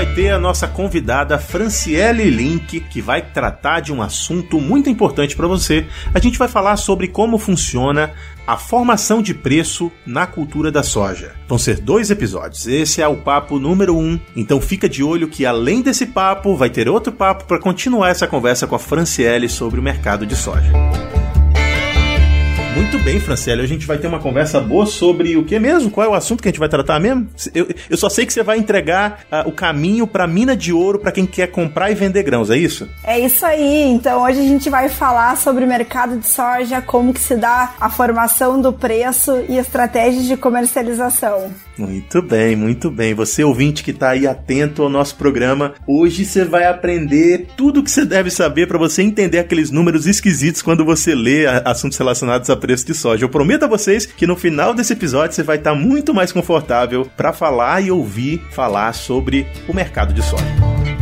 vai ter a nossa convidada Franciele Link, que vai tratar de um assunto muito importante para você. A gente vai falar sobre como funciona a formação de preço na cultura da soja. Vão ser 2 episódios. Esse é o papo número 1. Então fica de olho que além desse papo, vai ter outro papo para continuar essa conversa com a Franciele sobre o mercado de soja. Muito bem, Franciele, hoje a gente vai ter uma conversa boa sobre o que mesmo? Qual é o assunto que a gente vai tratar mesmo? Eu só sei que você vai entregar o caminho para mina de ouro para quem quer comprar e vender grãos, é isso? É isso aí, então hoje a gente vai falar sobre o mercado de soja, como que se dá a formação do preço e estratégias de comercialização. Muito bem, muito bem. Você ouvinte que está aí atento ao nosso programa, hoje você vai aprender tudo o que você deve saber para você entender aqueles números esquisitos quando você lê assuntos relacionados a preço de soja. Eu prometo a vocês que no final desse episódio você vai estar muito mais confortável para falar e ouvir falar sobre o mercado de soja.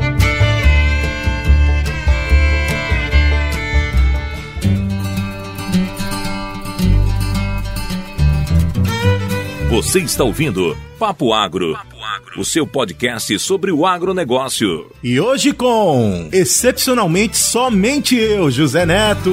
Você está ouvindo Papo Agro, o seu podcast sobre o agronegócio. E hoje com, excepcionalmente, somente eu, José Neto.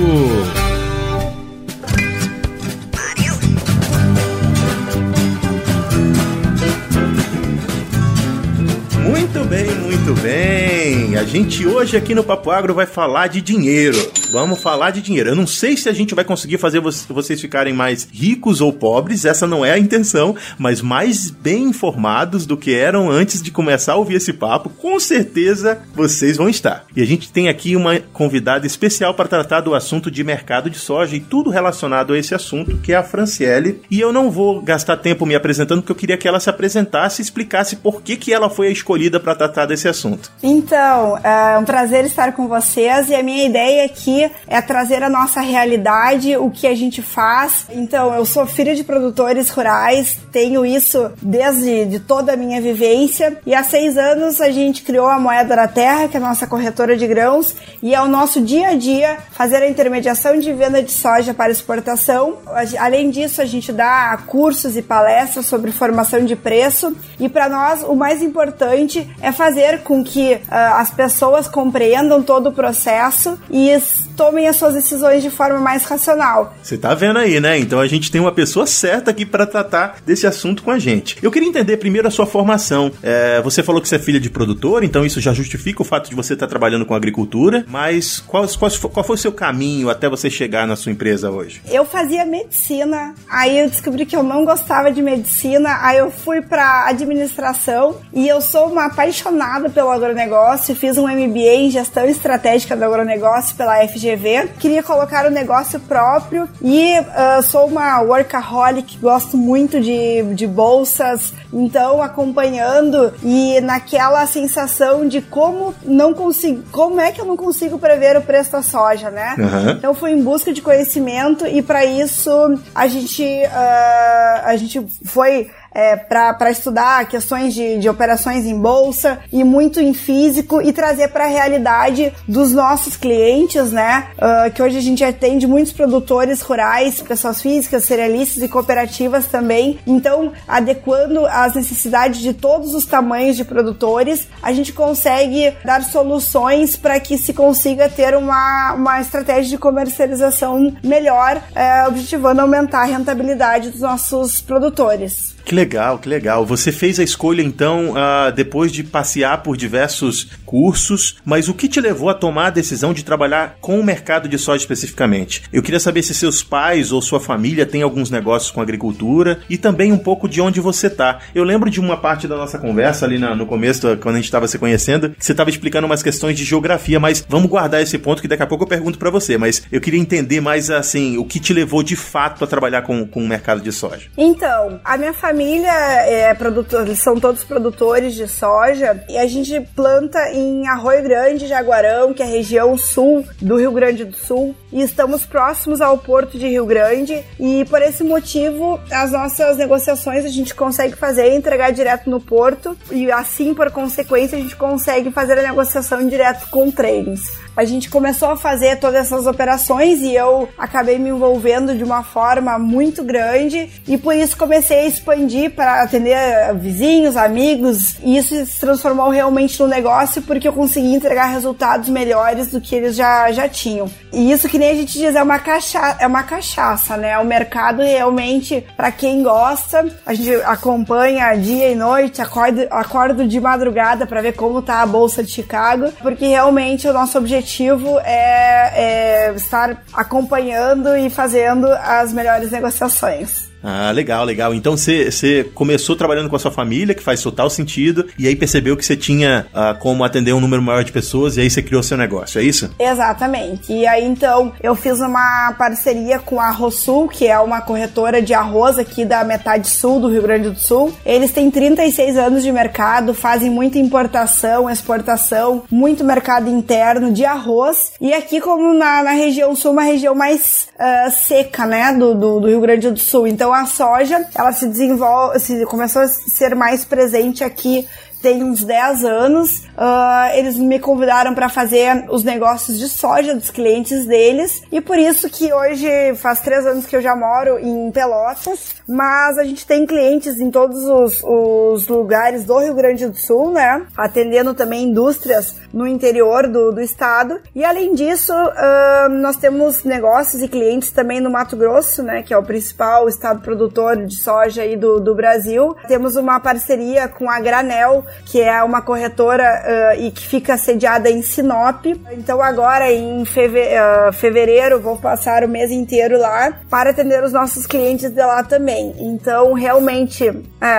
Muito bem. A gente hoje aqui no Papo Agro vai falar de dinheiro. Vamos falar de dinheiro. Eu não sei se a gente vai conseguir fazer vocês ficarem mais ricos ou pobres, essa não é a intenção, mas mais bem informados do que eram antes de começar a ouvir esse papo, com certeza vocês vão estar. E a gente tem aqui uma convidada especial para tratar do assunto de mercado de soja e tudo relacionado a esse assunto, que é a Franciele. E eu não vou gastar tempo me apresentando, porque eu queria que ela se apresentasse e explicasse por que ela foi a escolhida para tratar desse assunto. Então, é um prazer estar com vocês e a minha ideia aqui é trazer a nossa realidade, o que a gente faz. Então, eu sou filha de produtores rurais, tenho isso desde toda a minha vivência e há 6 anos a gente criou a Moeda da Terra, que é a nossa corretora de grãos, e é o nosso dia a dia fazer a intermediação de venda de soja para exportação. Além disso, a gente dá cursos e palestras sobre formação de preço e para nós o mais importante é fazer com que as pessoas compreendam todo o processo e tomem as suas decisões de forma mais racional. Você tá vendo aí, né? Então a gente tem uma pessoa certa aqui para tratar desse assunto com a gente. Eu queria entender primeiro a sua formação. Você falou que você é filha de produtor, então isso já justifica o fato de você estar trabalhando com agricultura, mas qual foi o seu caminho até você chegar na sua empresa hoje? Eu fazia medicina, aí eu descobri que eu não gostava de medicina, aí eu fui para administração e eu sou uma apaixonada pelo agronegócio, fiz um MBA em gestão estratégica do agronegócio pela FGV, queria colocar o negócio próprio e sou uma workaholic, gosto muito de bolsas, então acompanhando e naquela sensação de como é que eu não consigo prever o preço da soja, né? Uhum. Então fui em busca de conhecimento e para isso a gente foi para estudar questões de operações em bolsa e muito em físico e trazer para a realidade dos nossos clientes, né? Que hoje a gente atende muitos produtores rurais, pessoas físicas, cerealistas e cooperativas também. Então, adequando às necessidades de todos os tamanhos de produtores, a gente consegue dar soluções para que se consiga ter uma estratégia de comercialização melhor, objetivando aumentar a rentabilidade dos nossos produtores. Que legal, que legal. Você fez a escolha, então, depois de passear por diversos cursos, mas o que te levou a tomar a decisão de trabalhar com o mercado de soja especificamente? Eu queria saber se seus pais ou sua família têm alguns negócios com agricultura e também um pouco de onde você está. Eu lembro de uma parte da nossa conversa ali no começo, quando a gente estava se conhecendo, que você estava explicando umas questões de geografia, mas vamos guardar esse ponto que daqui a pouco eu pergunto para você, mas eu queria entender mais, assim, o que te levou de fato a trabalhar com o mercado de soja. Então, a minha família é produtor, eles são todos produtores de soja e a gente planta em Arroio Grande, Jaguarão, que é a região sul do Rio Grande do Sul, e estamos próximos ao Porto de Rio Grande e por esse motivo as nossas negociações a gente consegue fazer e entregar direto no porto e assim, por consequência, a gente consegue fazer a negociação direto com trainings. a gente começou a fazer todas essas operações e eu acabei me envolvendo de uma forma muito grande e por isso comecei a expandir para atender vizinhos, amigos, e isso se transformou realmente no negócio porque eu consegui entregar resultados melhores do que eles já tinham. E isso, que nem a gente diz, é uma cachaça, né? O mercado realmente, para quem gosta, a gente acompanha dia e noite, acordo de madrugada para ver como tá a Bolsa de Chicago, porque realmente o nosso objetivo é estar acompanhando e fazendo as melhores negociações. Ah, legal, legal. Então você começou trabalhando com a sua família, que faz total sentido, e aí percebeu que você tinha como atender um número maior de pessoas, e aí você criou seu negócio, é isso? Exatamente. E aí então eu fiz uma parceria com a Arrosul, que é uma corretora de arroz aqui da metade sul do Rio Grande do Sul. Eles têm 36 anos de mercado, fazem muita importação, exportação, muito mercado interno de arroz. E aqui, como na região sul, uma região mais seca, né, do Rio Grande do Sul. Então a soja, ela começou a ser mais presente aqui tem uns 10 anos. Eles me convidaram para fazer os negócios de soja dos clientes deles, e por isso que hoje faz 3 anos que eu já moro em Pelotas, mas a gente tem clientes em todos os lugares do Rio Grande do Sul, né, atendendo também indústrias no interior do estado, e além disso nós temos negócios e clientes também no Mato Grosso, né, que é o principal estado produtor de soja aí do Brasil. Temos uma parceria com a Granel, que é uma corretora e que fica sediada em Sinop. Então agora em fevereiro vou passar o mês inteiro lá para atender os nossos clientes de lá também. Então realmente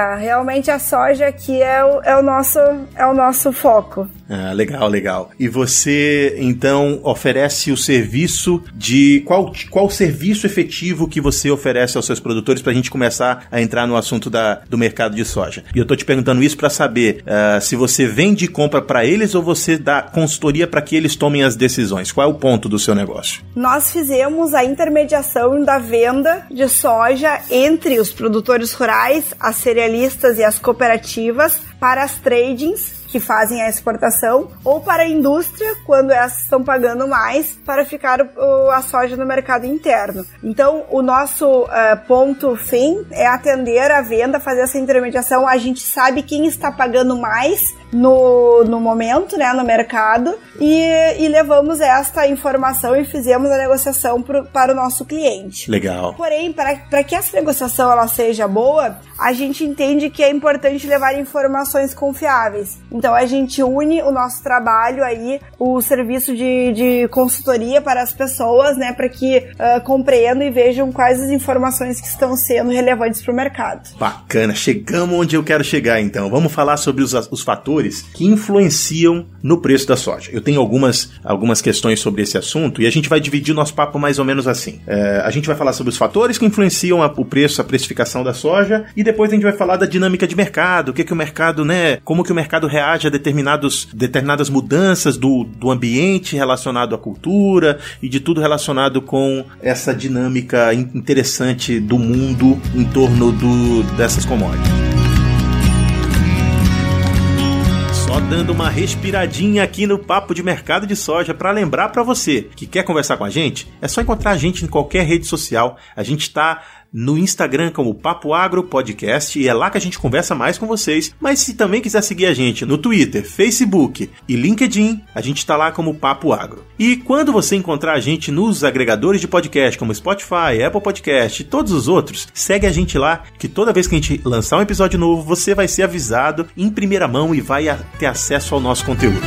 a soja aqui é o nosso foco. Ah, legal, legal. E você, então, oferece o serviço de... Qual serviço efetivo que você oferece aos seus produtores pra gente começar a entrar no assunto do mercado de soja? E eu tô te perguntando isso pra saber se você vende e compra pra eles ou você dá consultoria pra que eles tomem as decisões. Qual é o ponto do seu negócio? Nós fizemos a intermediação da venda de soja entre os produtores rurais, as cerealistas e as cooperativas para as tradings, que fazem a exportação, ou para a indústria, quando essas estão pagando mais, para ficar a soja no mercado interno. Então, o nosso ponto fim é atender a venda, fazer essa intermediação. A gente sabe quem está pagando mais no momento, né, no mercado, e levamos esta informação e fizemos a negociação para o nosso cliente. Legal. Porém, para que essa negociação ela seja boa, a gente entende que é importante levar informações confiáveis. Então a gente une o nosso trabalho aí, o serviço de consultoria para as pessoas, né, para que compreendam e vejam quais as informações que estão sendo relevantes para o mercado. Bacana, chegamos onde eu quero chegar então. Vamos falar sobre os fatores que influenciam no preço da soja. Eu tenho algumas questões sobre esse assunto e a gente vai dividir o nosso papo mais ou menos assim. A gente vai falar sobre os fatores que influenciam o preço, a precificação da soja, e depois a gente vai falar da dinâmica de mercado, o que o mercado, né, como que o mercado reage a determinadas mudanças do ambiente relacionado à cultura e de tudo relacionado com essa dinâmica interessante do mundo em torno dessas commodities. Só dando uma respiradinha aqui no Papo de Mercado de Soja para lembrar para você que quer conversar com a gente, é só encontrar a gente em qualquer rede social. A gente está no Instagram como Papo Agro Podcast, e é lá que a gente conversa mais com vocês. Mas se também quiser seguir a gente no Twitter, Facebook e LinkedIn, a gente está lá como Papo Agro. E quando você encontrar a gente nos agregadores de podcast como Spotify, Apple Podcast e todos os outros, segue a gente lá, que toda vez que a gente lançar um episódio novo, você vai ser avisado em primeira mão e vai ter acesso ao nosso conteúdo.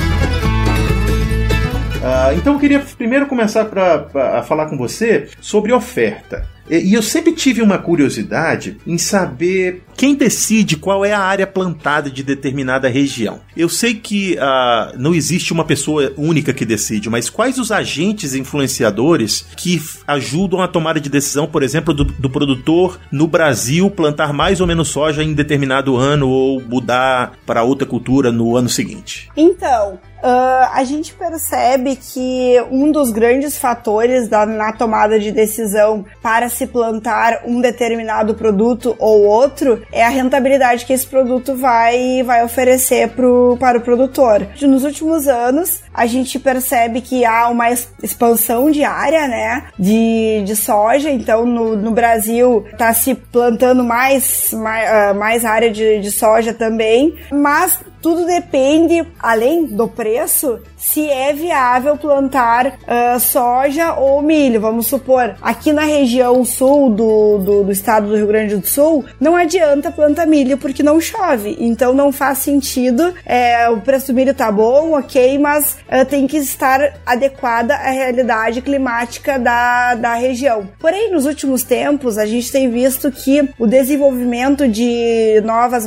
Então eu queria primeiro começar a falar com você sobre oferta. E eu sempre tive uma curiosidade em saber quem decide qual é a área plantada de determinada região. Eu sei que não existe uma pessoa única que decide, mas quais os agentes influenciadores que ajudam a tomada de decisão, por exemplo, do produtor no Brasil plantar mais ou menos soja em determinado ano ou mudar para outra cultura no ano seguinte? Então, a gente percebe que um dos grandes fatores na tomada de decisão para se plantar um determinado produto ou outro, é a rentabilidade que esse produto vai oferecer para o produtor. Nos últimos anos, a gente percebe que há uma expansão de área, né, de soja. Então, no Brasil, está se plantando mais área de soja também, mas tudo depende, além do preço, se é viável plantar soja ou milho. Vamos supor, aqui na região sul do estado do Rio Grande do Sul, não adianta plantar milho porque não chove. Então não faz sentido, o preço do milho tá bom, ok, mas tem que estar adequada à realidade climática da região. Porém, nos últimos tempos, a gente tem visto que o desenvolvimento de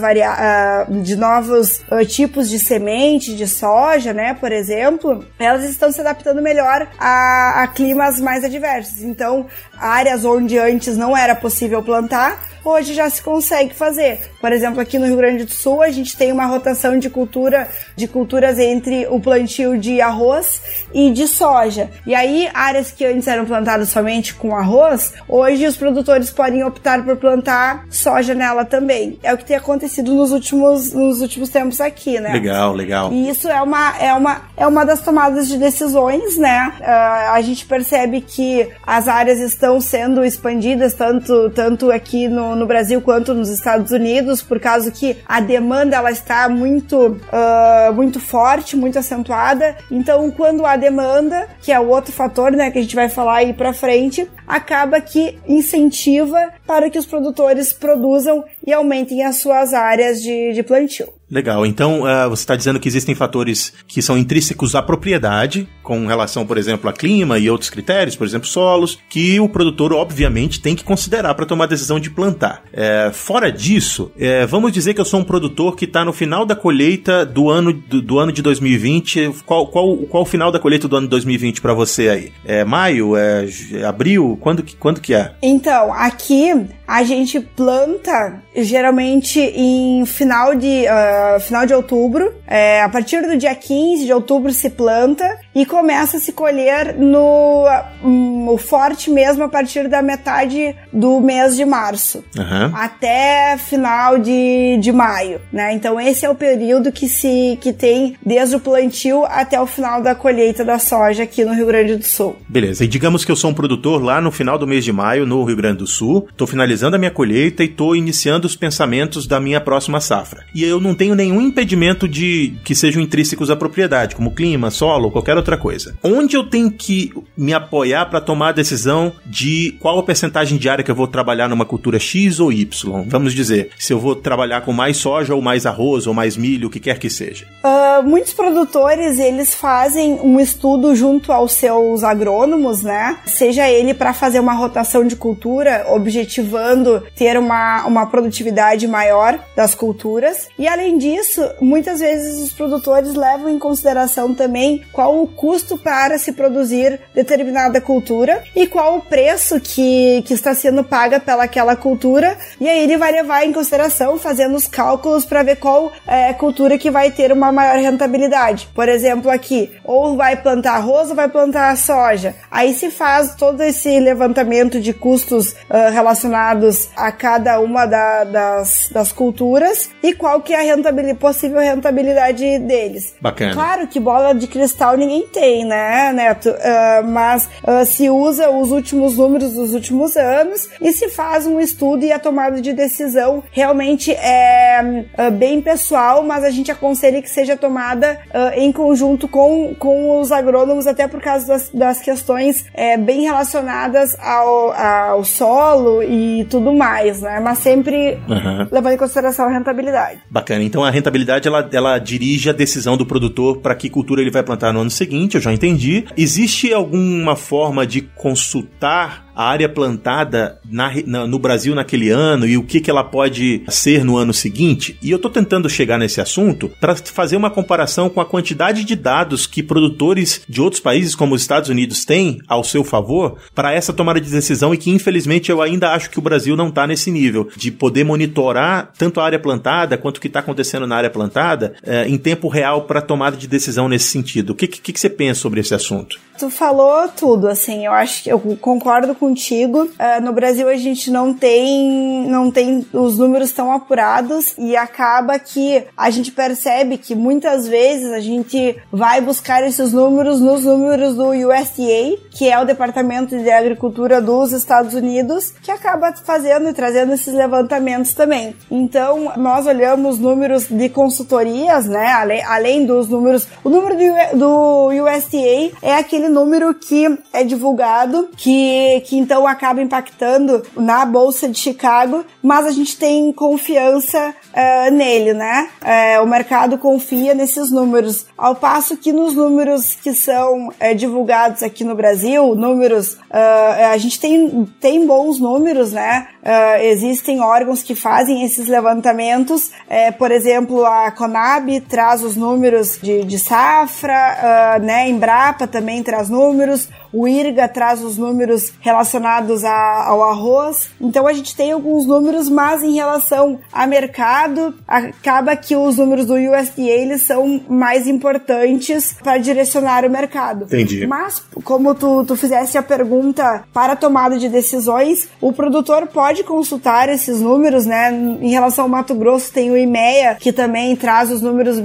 novos tipos de semente de soja, né, por exemplo, elas estão se adaptando melhor a climas mais adversos. Então, áreas onde antes não era possível plantar, hoje já se consegue fazer. Por exemplo, aqui no Rio Grande do Sul, a gente tem uma rotação de culturas entre o plantio de arroz e de soja. E aí, áreas que antes eram plantadas somente com arroz, hoje os produtores podem optar por plantar soja nela também. É o que tem acontecido nos últimos tempos aqui, né? Legal, legal. E isso é uma das tomadas de decisões, né? A gente percebe que as áreas estão sendo expandidas tanto aqui no Brasil quanto nos Estados Unidos, por causa que a demanda ela está muito forte, muito acentuada. Então, quando há demanda, que é o outro fator, né, que a gente vai falar aí pra frente, acaba que incentiva para que os produtores produzam e aumentem as suas áreas de plantio. Legal, então você está dizendo que existem fatores que são intrínsecos à propriedade, com relação, por exemplo, a clima e outros critérios, por exemplo, solos, que o produtor, obviamente, tem que considerar para tomar a decisão de plantar. Fora disso, vamos dizer que eu sou um produtor que está no final da colheita do ano de 2020. Qual o final da colheita do ano de 2020 para você aí? É maio? É abril? Quando que é? Então, aqui a gente planta geralmente em final de outubro. A partir do dia 15 de outubro se planta e começa a se colher no forte mesmo a partir da metade do mês de março, até final de maio, né? Então esse é o período que tem desde o plantio até o final da colheita da soja aqui no Rio Grande do Sul. Beleza, e digamos que eu sou um produtor lá no final do mês de maio no Rio Grande do Sul, estou finalizando a minha colheita e estou iniciando os pensamentos da minha próxima safra. E eu não tenho nenhum impedimento de que sejam intrínsecos à propriedade, como clima, solo, qualquer outra coisa. Onde eu tenho que me apoiar para tomar a decisão de qual a percentagem de área que eu vou trabalhar numa cultura X ou Y? Vamos dizer, se eu vou trabalhar com mais soja ou mais arroz ou mais milho, o que quer que seja. Muitos produtores, eles fazem um estudo junto aos seus agrônomos, né? Seja ele para fazer uma rotação de cultura, objetivando ter uma produtividade maior das culturas. E além disso, muitas vezes os produtores levam em consideração também qual o custo para se produzir determinada cultura e qual o preço que está sendo paga pelaquela cultura, e aí ele vai levar em consideração fazendo os cálculos para ver qual é a cultura que vai ter uma maior rentabilidade. Por exemplo, aqui, ou vai plantar arroz ou vai plantar soja. Aí se faz todo esse levantamento de custos relacionados a cada uma das culturas e qual que é a possível rentabilidade deles. Bacana. Claro que bola de cristal ninguém tem, né, Neto? Mas se usa os últimos números dos últimos anos e se faz um estudo, e a tomada de decisão realmente é bem pessoal, mas a gente aconselha que seja tomada em conjunto com os agrônomos, até por causa das questões bem relacionadas ao solo e tudo mais, né? Mas sempre levando em consideração a rentabilidade. Bacana. Então a rentabilidade ela dirige a decisão do produtor para que cultura ele vai plantar no ano seguinte, eu já entendi. Existe alguma forma de consultar a área plantada no Brasil naquele ano e o que ela pode ser no ano seguinte? E eu estou tentando chegar nesse assunto para fazer uma comparação com a quantidade de dados que produtores de outros países, como os Estados Unidos, têm ao seu favor para essa tomada de decisão, e que infelizmente eu ainda acho que o Brasil não está nesse nível de poder monitorar tanto a área plantada quanto o que está acontecendo na área plantada em tempo real para tomada de decisão nesse sentido. O que você pensa sobre esse assunto? Tu falou tudo, assim, eu acho que eu concordo com contigo. No Brasil a gente não tem os números tão apurados e acaba que a gente percebe que muitas vezes a gente vai buscar esses números nos números do USDA, que é o Departamento de Agricultura dos Estados Unidos, que acaba fazendo e trazendo esses levantamentos também. Então, nós olhamos números de consultorias, né, além dos números. O número do USDA é aquele número que é divulgado, que então acaba impactando na Bolsa de Chicago, mas a gente tem confiança nele, né? O mercado confia nesses números, ao passo que nos números que são divulgados aqui no Brasil, a gente tem bons números, né? Existem órgãos que fazem esses levantamentos, por exemplo, a Conab traz os números de safra, né? Embrapa também traz números, o IRGA traz os números relacionados ao arroz. Então a gente tem alguns números, mas em relação a mercado, acaba que os números do USDA eles são mais importantes para direcionar o mercado. Entendi. Mas, como tu fizeste a pergunta para a tomada de decisões, o produtor pode consultar esses números, né? Em relação ao Mato Grosso, tem o IMEA, que também traz os números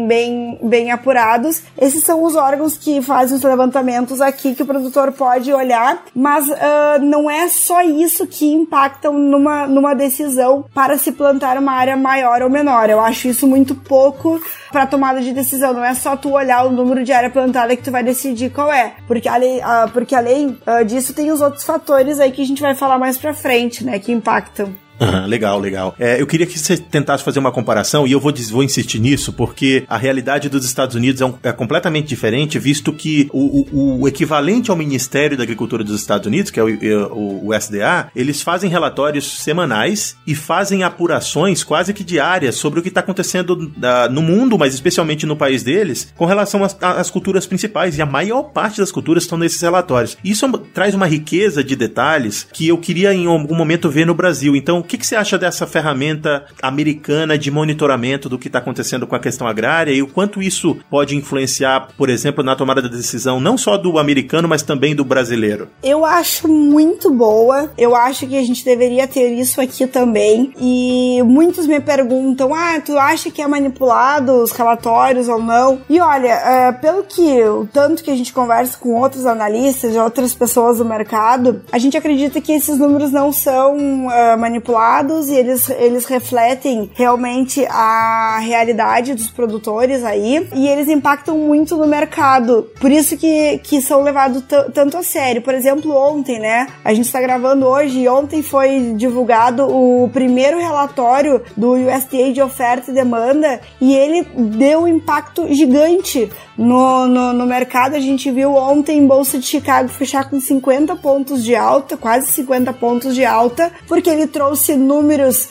bem apurados. Esses são os órgãos que fazem os levantamentos aqui que o produtor pode olhar, mas não é só isso que impactam numa decisão para se plantar uma área maior ou menor. Eu acho isso muito pouco para tomada de decisão. Não é só tu olhar o número de área plantada que tu vai decidir qual é, porque além disso tem os outros fatores aí que a gente vai falar mais pra frente, né, que impactam. Legal. Eu queria que você tentasse fazer uma comparação, e eu vou insistir nisso, porque a realidade dos Estados Unidos é completamente diferente, visto que o equivalente ao Ministério da Agricultura dos Estados Unidos, que é o USDA, eles fazem relatórios semanais e fazem apurações quase que diárias sobre o que está acontecendo no mundo, mas especialmente no país deles, com relação às culturas principais, e a maior parte das culturas estão nesses relatórios. Isso traz uma riqueza de detalhes que eu queria em algum momento ver no Brasil. Então, o que você acha dessa ferramenta americana de monitoramento do que está acontecendo com a questão agrária e o quanto isso pode influenciar, por exemplo, na tomada da decisão não só do americano, mas também do brasileiro? Eu acho muito boa. Eu acho que a gente deveria ter isso aqui também. E muitos me perguntam, tu acha que é manipulado os relatórios ou não? E olha, o tanto que a gente conversa com outros analistas e outras pessoas do mercado, a gente acredita que esses números não são manipulados e eles refletem realmente a realidade dos produtores aí, e eles impactam muito no mercado, por isso que são levados tanto a sério. Por exemplo, ontem, né, a gente está gravando hoje e ontem foi divulgado o primeiro relatório do USDA de oferta e demanda, e ele deu um impacto gigante no mercado. A gente viu ontem em Bolsa de Chicago fechar com 50 pontos de alta, quase 50 pontos de alta, porque ele trouxe números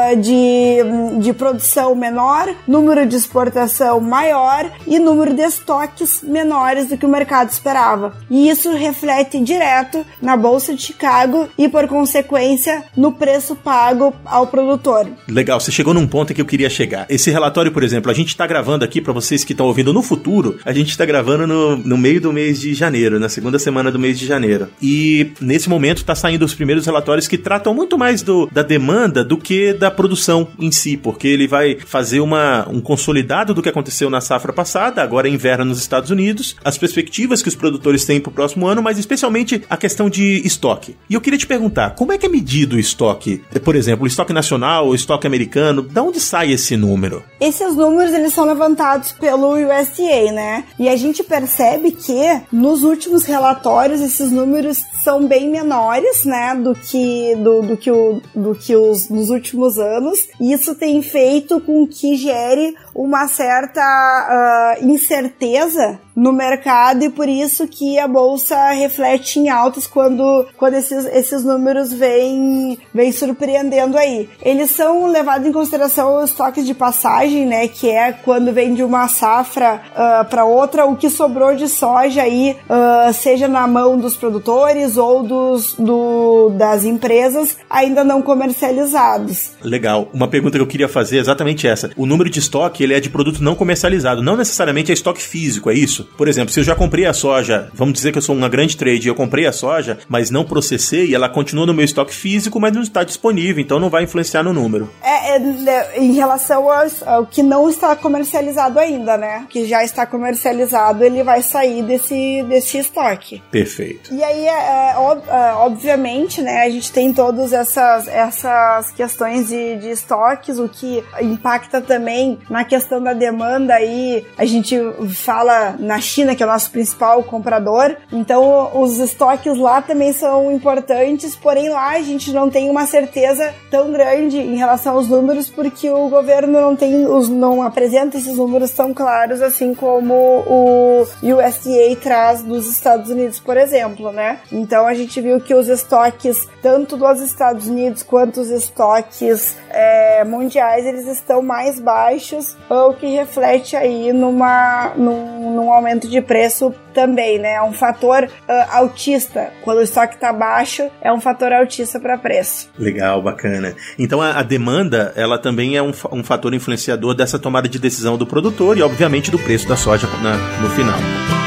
de produção menor, número de exportação maior e número de estoques menores do que o mercado esperava. E isso reflete direto na Bolsa de Chicago e, por consequência, no preço pago ao produtor. Legal, você chegou num ponto em que eu queria chegar. Esse relatório, por exemplo, a gente está gravando aqui, para vocês que estão ouvindo no futuro, a gente está gravando no meio do mês de janeiro, na segunda semana do mês de janeiro. E nesse momento está saindo os primeiros relatórios que tratam muito mais da demanda do que da produção em si, porque ele vai fazer um consolidado do que aconteceu na safra passada, agora é inverno nos Estados Unidos, as perspectivas que os produtores têm para o próximo ano, mas especialmente a questão de estoque. E eu queria te perguntar, como é que é medido o estoque? Por exemplo, o estoque nacional, o estoque americano, de onde sai esse número? Esses números, eles são levantados pelo USDA, né? E a gente percebe que nos últimos relatórios esses números são bem menores, né, do que nos últimos anos. E isso tem feito com que gere uma certa incerteza no mercado, e por isso que a bolsa reflete em altas quando esses números vêm surpreendendo aí. Eles são levados em consideração os estoques de passagem, né, que é quando vem de uma safra para outra, o que sobrou de soja aí, seja na mão dos produtores ou das empresas ainda não comercializados. Legal. Uma pergunta que eu queria fazer é exatamente essa. O número de estoque, estoque ele é de produto não comercializado, não necessariamente é estoque físico, é isso? Por exemplo, se eu já comprei a soja, vamos dizer que eu sou uma grande trade e eu comprei a soja, mas não processei, ela continua no meu estoque físico, mas não está disponível, então não vai influenciar no número. Em relação ao que não está comercializado ainda, né? O que já está comercializado, ele vai sair desse estoque. Perfeito. E aí, obviamente, né, a gente tem todas essas questões de estoques, o que impacta também na questão da demanda aí, a gente fala na China, que é o nosso principal comprador, então os estoques lá também são importantes, porém lá a gente não tem uma certeza tão grande em relação aos números, porque o governo não apresenta esses números tão claros, assim como o USDA traz dos Estados Unidos, por exemplo, né? Então a gente viu que os estoques, tanto dos Estados Unidos quanto os estoques mundiais, eles estão mais baixos, o que reflete aí num aumento de preço também, né? É um fator altista. Quando o estoque está baixo, é um fator altista para preço. Legal, bacana. Então a demanda, ela também é um fator influenciador dessa tomada de decisão do produtor e, obviamente, do preço da soja no final.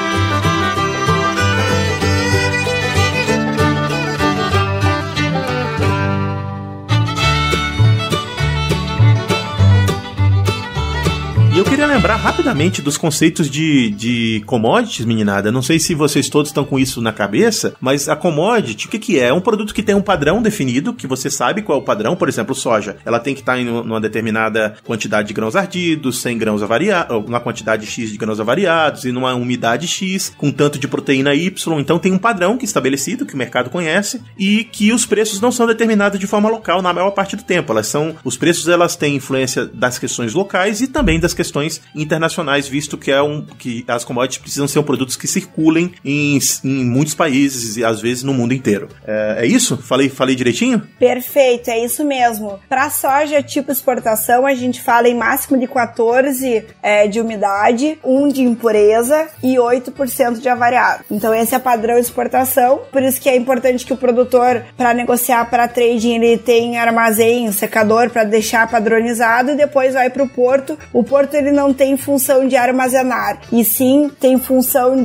E eu queria lembrar rapidamente dos conceitos de commodities, meninada. Não sei se vocês todos estão com isso na cabeça, mas a commodity, o que é? É um produto que tem um padrão definido, que você sabe qual é o padrão. Por exemplo, soja. Ela tem que estar em uma determinada quantidade de grãos ardidos, 100 grãos avariados, uma quantidade X de grãos avariados e numa umidade X, com tanto de proteína Y. Então tem um padrão que é estabelecido, que o mercado conhece, e que os preços não são determinados de forma local na maior parte do tempo. Os preços têm influência das questões locais e também das questões internacionais, visto que as commodities precisam ser produtos que circulem em muitos países e às vezes no mundo inteiro. É isso? Falei direitinho? Perfeito, é isso mesmo. Para soja tipo exportação, a gente fala em máximo de 14 de umidade, 1 de impureza e 8% de avariado. Então esse é padrão de exportação, por isso que é importante que o produtor, para negociar para trading, ele tem armazém, secador para deixar padronizado e depois vai para o porto. O porto ele não tem função de armazenar, e sim tem função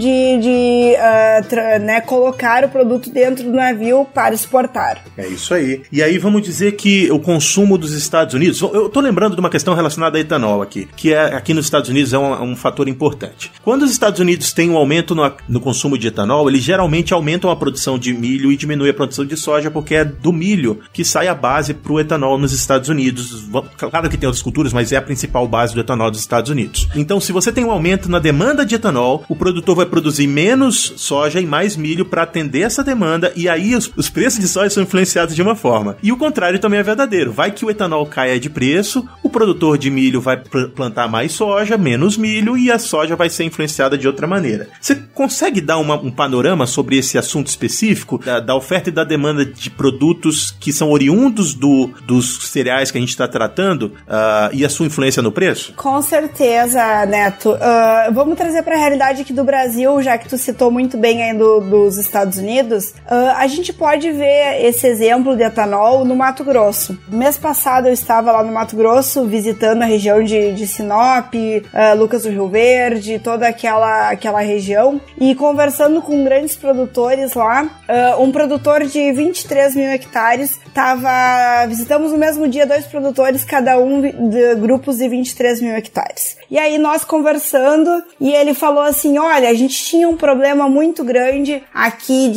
de colocar o produto dentro do navio para exportar. É isso aí. E aí vamos dizer que o consumo dos Estados Unidos, eu tô lembrando de uma questão relacionada a etanol aqui, que aqui nos Estados Unidos é um fator importante. Quando os Estados Unidos têm um aumento no consumo de etanol, eles geralmente aumentam a produção de milho e diminuem a produção de soja, porque é do milho que sai a base para o etanol nos Estados Unidos. Claro que tem outras culturas, mas é a principal base do etanol dos Estados Unidos. Então, se você tem um aumento na demanda de etanol, o produtor vai produzir menos soja e mais milho para atender essa demanda, e aí os preços de soja são influenciados de uma forma. E o contrário também é verdadeiro. Vai que o etanol caia de preço, o produtor de milho vai plantar mais soja, menos milho, e a soja vai ser influenciada de outra maneira. Você consegue dar um panorama sobre esse assunto específico, da oferta e da demanda de produtos que são oriundos dos cereais que a gente está tratando, e a sua influência no preço? Com certeza, Neto. Vamos trazer para a realidade aqui do Brasil, já que tu citou muito bem aí dos Estados Unidos. A gente pode ver esse exemplo de etanol no Mato Grosso. Mês passado eu estava lá no Mato Grosso visitando a região de Sinop, Lucas do Rio Verde, toda aquela região, e conversando com grandes produtores lá. Um produtor de 23 mil hectares visitamos no mesmo dia 2 produtores, cada um de grupos de 23 mil hectares. E aí nós conversando, e ele falou assim, olha, a gente tinha um problema muito grande aqui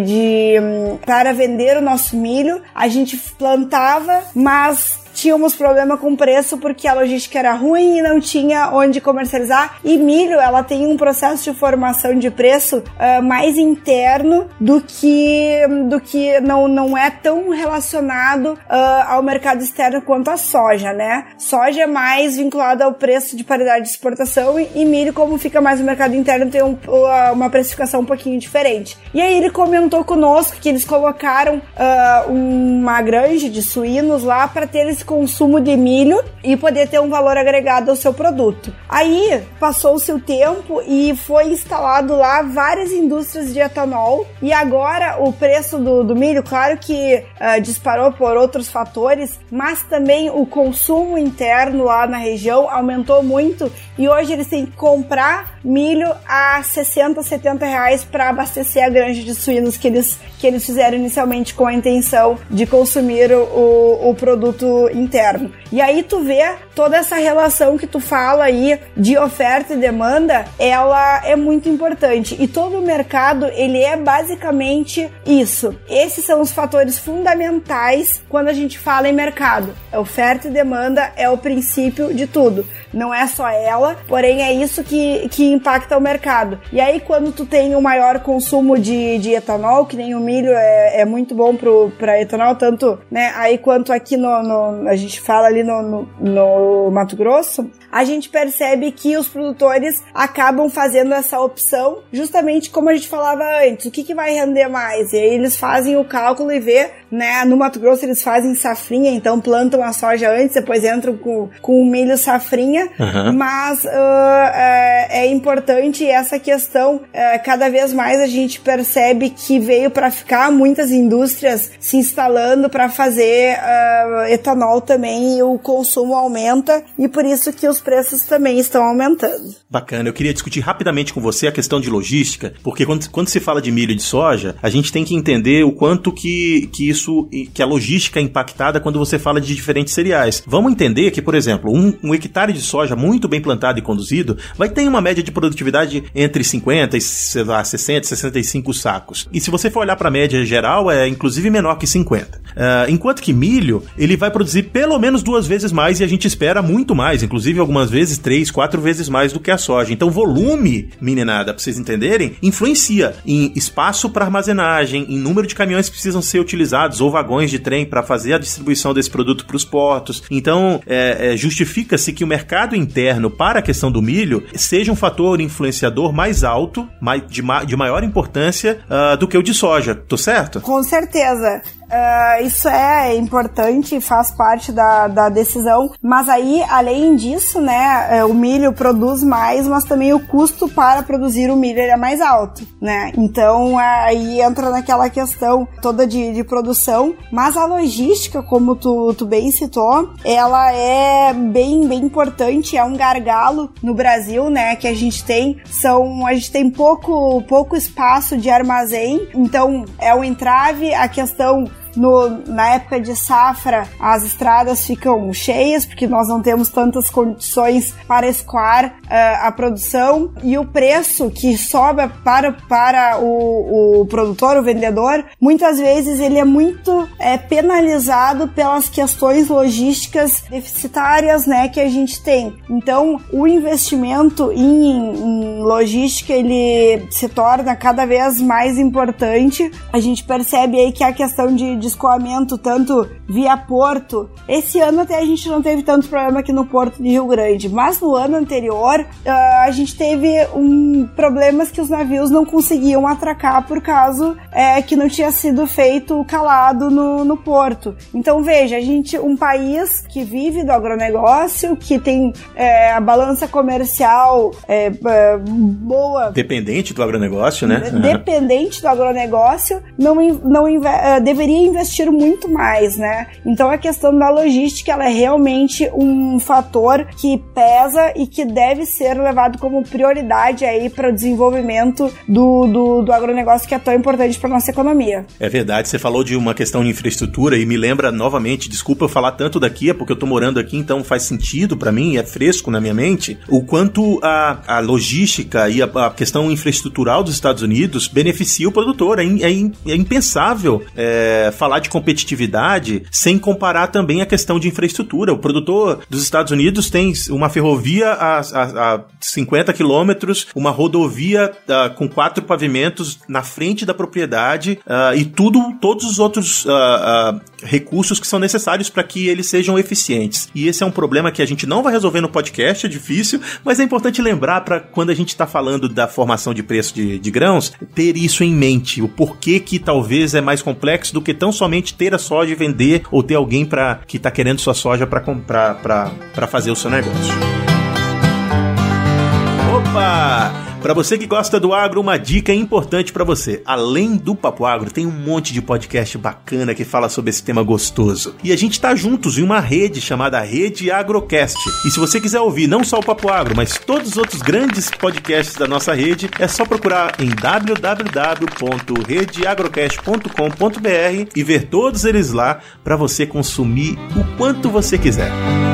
para vender o nosso milho, a gente plantava, mas tínhamos problema com preço porque a logística era ruim e não tinha onde comercializar. E milho, ela tem um processo de formação de preço mais interno do que não é tão relacionado ao mercado externo quanto a soja, né? Soja é mais vinculada ao preço de paridade de exportação e milho, como fica mais no mercado interno, tem uma precificação um pouquinho diferente. E aí ele comentou conosco que eles colocaram uma granja de suínos lá para ter esse consumo de milho e poder ter um valor agregado ao seu produto. Aí, passou-se o tempo e foi instalado lá várias indústrias de etanol, e agora o preço do milho, claro que disparou por outros fatores, mas também o consumo interno lá na região aumentou muito, e hoje eles têm que comprar milho a 60, 70 reais para abastecer a granja de suínos que eles fizeram inicialmente com a intenção de consumir o produto interno. E aí tu vê toda essa relação que tu fala aí de oferta e demanda, ela é muito importante, e todo o mercado, ele é basicamente isso. Esses são os fatores fundamentais quando a gente fala em mercado. A oferta e demanda é o princípio de tudo. Não é só ela, porém é isso que impacta o mercado. E aí quando tu tem um maior consumo de etanol, que nem o milho é muito bom para etanol, tanto, né, aí quanto aqui a gente fala ali no Mato Grosso, a gente percebe que os produtores acabam fazendo essa opção, justamente como a gente falava antes, o que vai render mais? E aí eles fazem o cálculo e vê, né, no Mato Grosso eles fazem safrinha, então plantam a soja antes, depois entram com o milho safrinha, mas é importante essa questão, cada vez mais a gente percebe que veio para ficar, muitas indústrias se instalando para fazer etanol também, e o consumo aumenta, e por isso que os preços também estão aumentando. Bacana, eu queria discutir rapidamente com você a questão de logística, porque quando se fala de milho e de soja, a gente tem que entender o quanto que a logística é impactada quando você fala de diferentes cereais. Vamos entender que, por exemplo, um hectare de soja muito bem plantado e conduzido vai ter uma média de produtividade entre 50 e 60, 65 sacos. E se você for olhar para a média geral, é inclusive menor que 50. Enquanto que milho, ele vai produzir pelo menos 2 vezes mais, e a gente espera muito mais, inclusive algumas vezes 3, 4 vezes mais do que a soja. Então volume, meninada, para vocês entenderem, influencia em espaço para armazenagem, em número de caminhões que precisam ser utilizados ou vagões de trem para fazer a distribuição desse produto para os portos. Então justifica-se que o mercado interno para a questão do milho seja um fator influenciador mais alto, de maior importância do que o de soja. Tô certo? Com certeza. Isso é importante e faz parte da decisão, mas aí, além disso, né, o milho produz mais, mas também o custo para produzir o milho é mais alto, né? Então, aí entra naquela questão toda de produção, mas a logística, como tu bem citou, ela é bem importante, é um gargalo no Brasil, né, que a gente tem pouco espaço de armazém, então é um entrave, a questão na época de safra, as estradas ficam cheias, porque nós não temos tantas condições para escoar a produção, e o preço que sobra para o produtor, o vendedor, muitas vezes ele é muito penalizado pelas questões logísticas deficitárias, né, que a gente tem. Então, o investimento em logística, ele se torna cada vez mais importante. A gente percebe aí que a questão de escoamento, tanto via porto, esse ano até a gente não teve tanto problema aqui no Porto de Rio Grande, mas no ano anterior a gente teve problemas que os navios não conseguiam atracar por causa que não tinha sido feito o calado no porto. Então veja, um país que vive do agronegócio, que tem a balança comercial boa, dependente do agronegócio, né? Dependente do agronegócio, deveria investir muito mais, né? Então a questão da logística, ela é realmente um fator que pesa e que deve ser levado como prioridade aí para o desenvolvimento do agronegócio, que é tão importante para nossa economia. É verdade, você falou de uma questão de infraestrutura e me lembra novamente, desculpa eu falar tanto daqui, é porque eu tô morando aqui, então faz sentido para mim, é fresco na minha mente, o quanto a logística e a questão infraestrutural dos Estados Unidos beneficia o produtor. É impensável falar de competitividade sem comparar também a questão de infraestrutura. O produtor dos Estados Unidos tem uma ferrovia a 50 quilômetros, uma rodovia com 4 pavimentos na frente da propriedade e todos os outros recursos que são necessários para que eles sejam eficientes. E esse é um problema que a gente não vai resolver no podcast, é difícil, mas é importante lembrar para quando a gente está falando da formação de preço de grãos, ter isso em mente, o porquê que talvez é mais complexo do que tão tão somente ter a soja e vender, ou ter alguém que está querendo sua soja para comprar, para fazer o seu negócio. Opa! Para você que gosta do agro, uma dica importante para você. Além do Papo Agro, tem um monte de podcast bacana que fala sobre esse tema gostoso. E a gente tá juntos em uma rede chamada Rede Agrocast. E se você quiser ouvir não só o Papo Agro, mas todos os outros grandes podcasts da nossa rede, é só procurar em www.redeagrocast.com.br e ver todos eles lá para você consumir o quanto você quiser.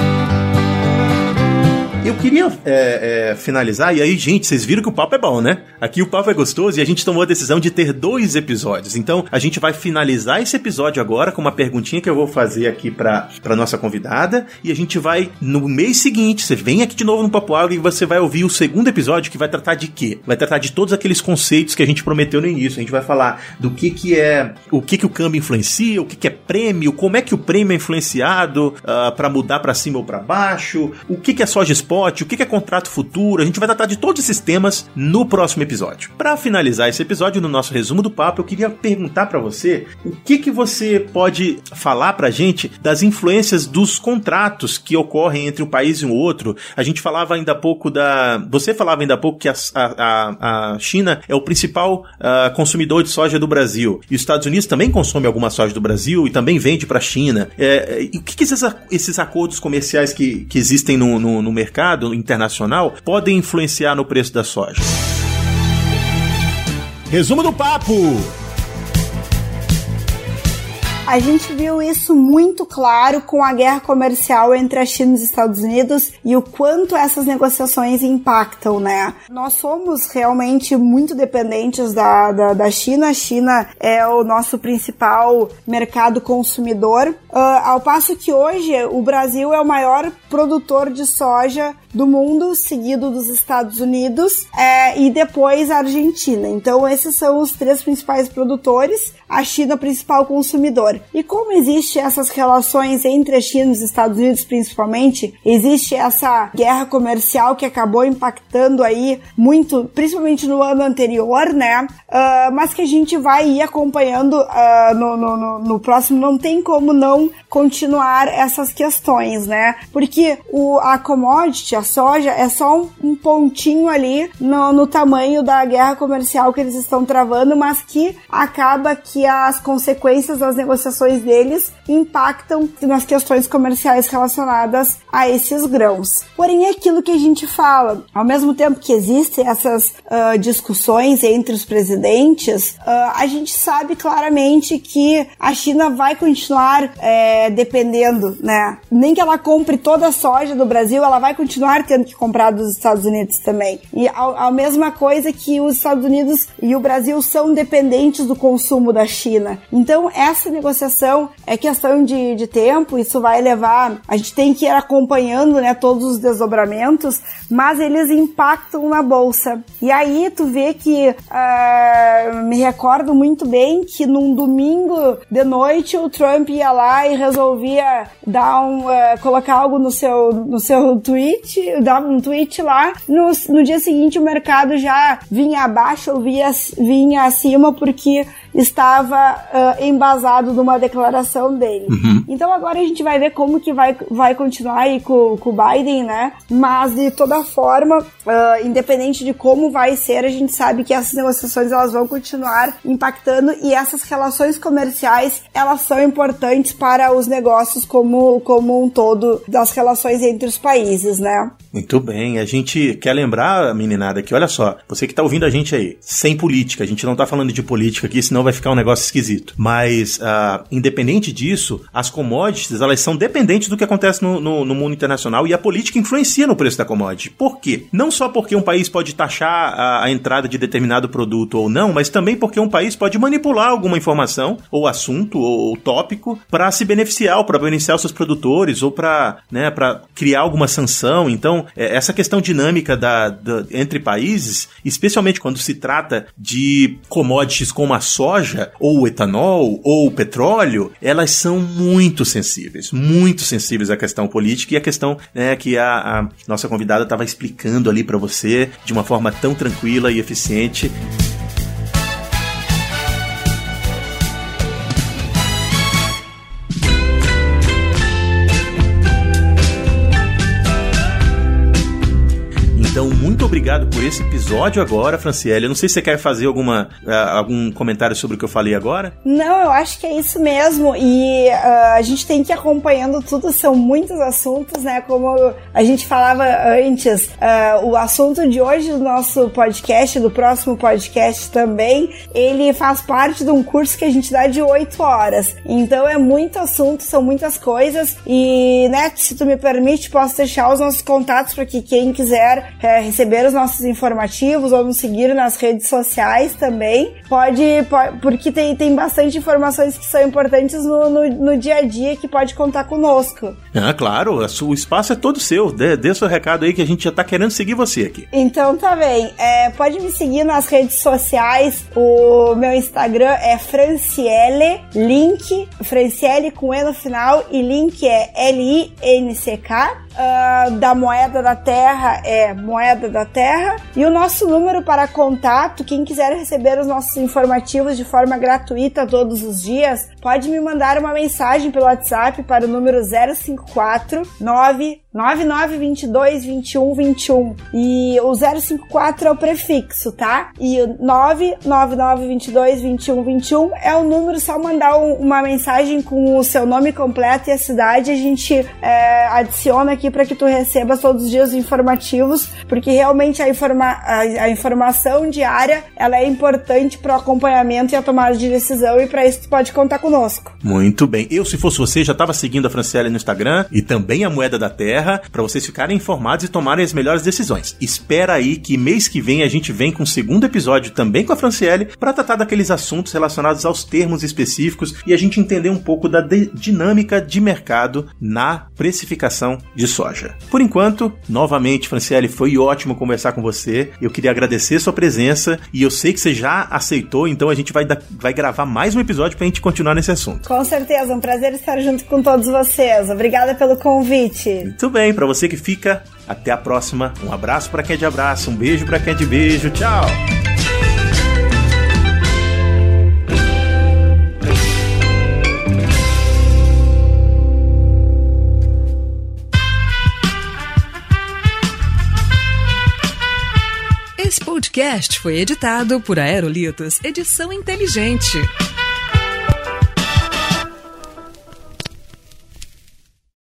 Eu queria finalizar, e aí, gente, vocês viram que o papo é bom, né? Aqui o papo é gostoso e a gente tomou a decisão de ter 2 episódios. Então, a gente vai finalizar esse episódio agora com uma perguntinha que eu vou fazer aqui pra nossa convidada, e a gente vai, no mês seguinte, você vem aqui de novo no Papo Agro e você vai ouvir o segundo episódio, que vai tratar de quê? Vai tratar de todos aqueles conceitos que a gente prometeu no início. A gente vai falar do que é, o que o câmbio influencia, o que é prêmio, como é que o prêmio é influenciado pra mudar pra cima ou pra baixo, o que é soja spot, o que é contrato futuro. A gente vai tratar de todos esses temas no próximo episódio. Para finalizar esse episódio, no nosso resumo do papo, eu queria perguntar para você o que você pode falar pra gente das influências dos contratos que ocorrem entre um país e um outro. A gente falava ainda há pouco você falava ainda há pouco que a China é o principal consumidor de soja do Brasil. E os Estados Unidos também consomem alguma soja do Brasil e também vende para a China. E o que esses acordos comerciais que existem no mercado internacional podem influenciar no preço da soja? Resumo do papo! A gente viu isso muito claro com a guerra comercial entre a China e os Estados Unidos e o quanto essas negociações impactam, né? Nós somos realmente muito dependentes da China. A China é o nosso principal mercado consumidor, ao passo que hoje o Brasil é o maior produtor de soja do mundo, seguido dos Estados Unidos e depois a Argentina. Então esses são os 3 principais produtores, a China principal consumidor. E como existe essas relações entre a China e os Estados Unidos principalmente, existe essa guerra comercial que acabou impactando aí muito, principalmente no ano anterior, né? Mas que a gente vai ir acompanhando no próximo, não tem como não continuar essas questões, né? Porque a commodity, a soja, é só um pontinho ali no tamanho da guerra comercial que eles estão travando, mas que acaba que as consequências das negociações deles impactam nas questões comerciais relacionadas a esses grãos. Porém, é aquilo que a gente fala, ao mesmo tempo que existem essas discussões entre os presidentes, a gente sabe claramente que a China vai continuar dependendo, né? Nem que ela compre toda a soja do Brasil, ela vai continuar tendo que comprar dos Estados Unidos também. E a mesma coisa que os Estados Unidos e o Brasil são dependentes do consumo da China. Então, essa negociação é questão de tempo, isso vai levar, a gente tem que ir acompanhando, né, todos os desdobramentos, mas eles impactam na bolsa. E aí tu vê que me recordo muito bem que num domingo de noite o Trump ia lá e resolvia dar colocar algo no seu tweet, dava um tweet lá, no dia seguinte o mercado já vinha abaixo ou vinha acima porque estava embasado numa declaração dele. Uhum. Então agora a gente vai ver como que vai continuar aí com o Biden, né? Mas de toda forma, independente de como vai ser, a gente sabe que essas negociações elas vão continuar impactando e essas relações comerciais elas são importantes para os negócios como um todo das relações entre os países, né? Muito bem, a gente quer lembrar, meninada, que olha só, você que tá ouvindo a gente aí, sem política, a gente não tá falando de política aqui, senão vai ficar um negócio esquisito, mas independente disso, as commodities, elas são dependentes do que acontece no mundo internacional e a política influencia no preço da commodity. Por quê? Não só porque um país pode taxar a entrada de determinado produto ou não, mas também porque um país pode manipular alguma informação, ou assunto, ou tópico, para se beneficiar, ou para beneficiar os seus produtores, ou para criar alguma sanção. Então, essa questão dinâmica entre países, especialmente quando se trata de commodities como a soja, ou o etanol, ou o petróleo, elas são muito sensíveis à questão política e à questão que a nossa convidada estava explicando ali para você de uma forma tão tranquila e eficiente. obrigado por esse episódio agora, Franciele. Eu não sei se você quer fazer algum comentário sobre o que eu falei agora. Não, eu acho que é isso mesmo. E a gente tem que ir acompanhando tudo, são muitos assuntos, né? Como a gente falava antes, o assunto de hoje do nosso podcast, do próximo podcast também, ele faz parte de um curso que a gente dá de 8 horas. Então é muito assunto, são muitas coisas. E, né, se tu me permite, posso deixar os nossos contatos para que quem quiser receber os nossos informativos ou nos seguir nas redes sociais também, pode porque tem bastante informações que são importantes no dia a dia que pode contar conosco. Claro, o espaço é todo seu. Dê seu recado aí que a gente já tá querendo seguir você aqui. Então tá bem. Pode me seguir nas redes sociais. O meu Instagram é Franciele, link, Franciele com E no final, e link é L-I-N-C-K. Da Moeda da Terra é Moeda da Terra, e o nosso número para contato, quem quiser receber os nossos informativos de forma gratuita todos os dias, pode me mandar uma mensagem pelo WhatsApp para o número 054 99922 2121, e o 054 é o prefixo, tá? E o 99922 2121 é o número, só mandar uma mensagem com o seu nome completo e a cidade, a gente adiciona aqui para que tu receba todos os dias os informativos, porque realmente a informação diária, ela é importante para o acompanhamento e a tomada de decisão, e para isso tu pode contar conosco. Muito bem. Eu, se fosse você, já estava seguindo a Franciele no Instagram e também a Moeda da Terra, para vocês ficarem informados e tomarem as melhores decisões. Espera aí que mês que vem a gente vem com o segundo episódio também com a Franciele para tratar daqueles assuntos relacionados aos termos específicos e a gente entender um pouco da dinâmica de mercado na precificação de soja. Por enquanto, novamente, Franciele, foi ótimo conversar com você. Eu queria agradecer sua presença e eu sei que você já aceitou, então a gente vai gravar mais um episódio pra gente continuar nesse assunto. Com certeza, um prazer estar junto com todos vocês. Obrigada pelo convite. Muito bem, pra você que fica, até a próxima. Um abraço pra quem é de abraço, um beijo pra quem é de beijo. Tchau! Esse podcast foi editado por Aerolitos Edição Inteligente.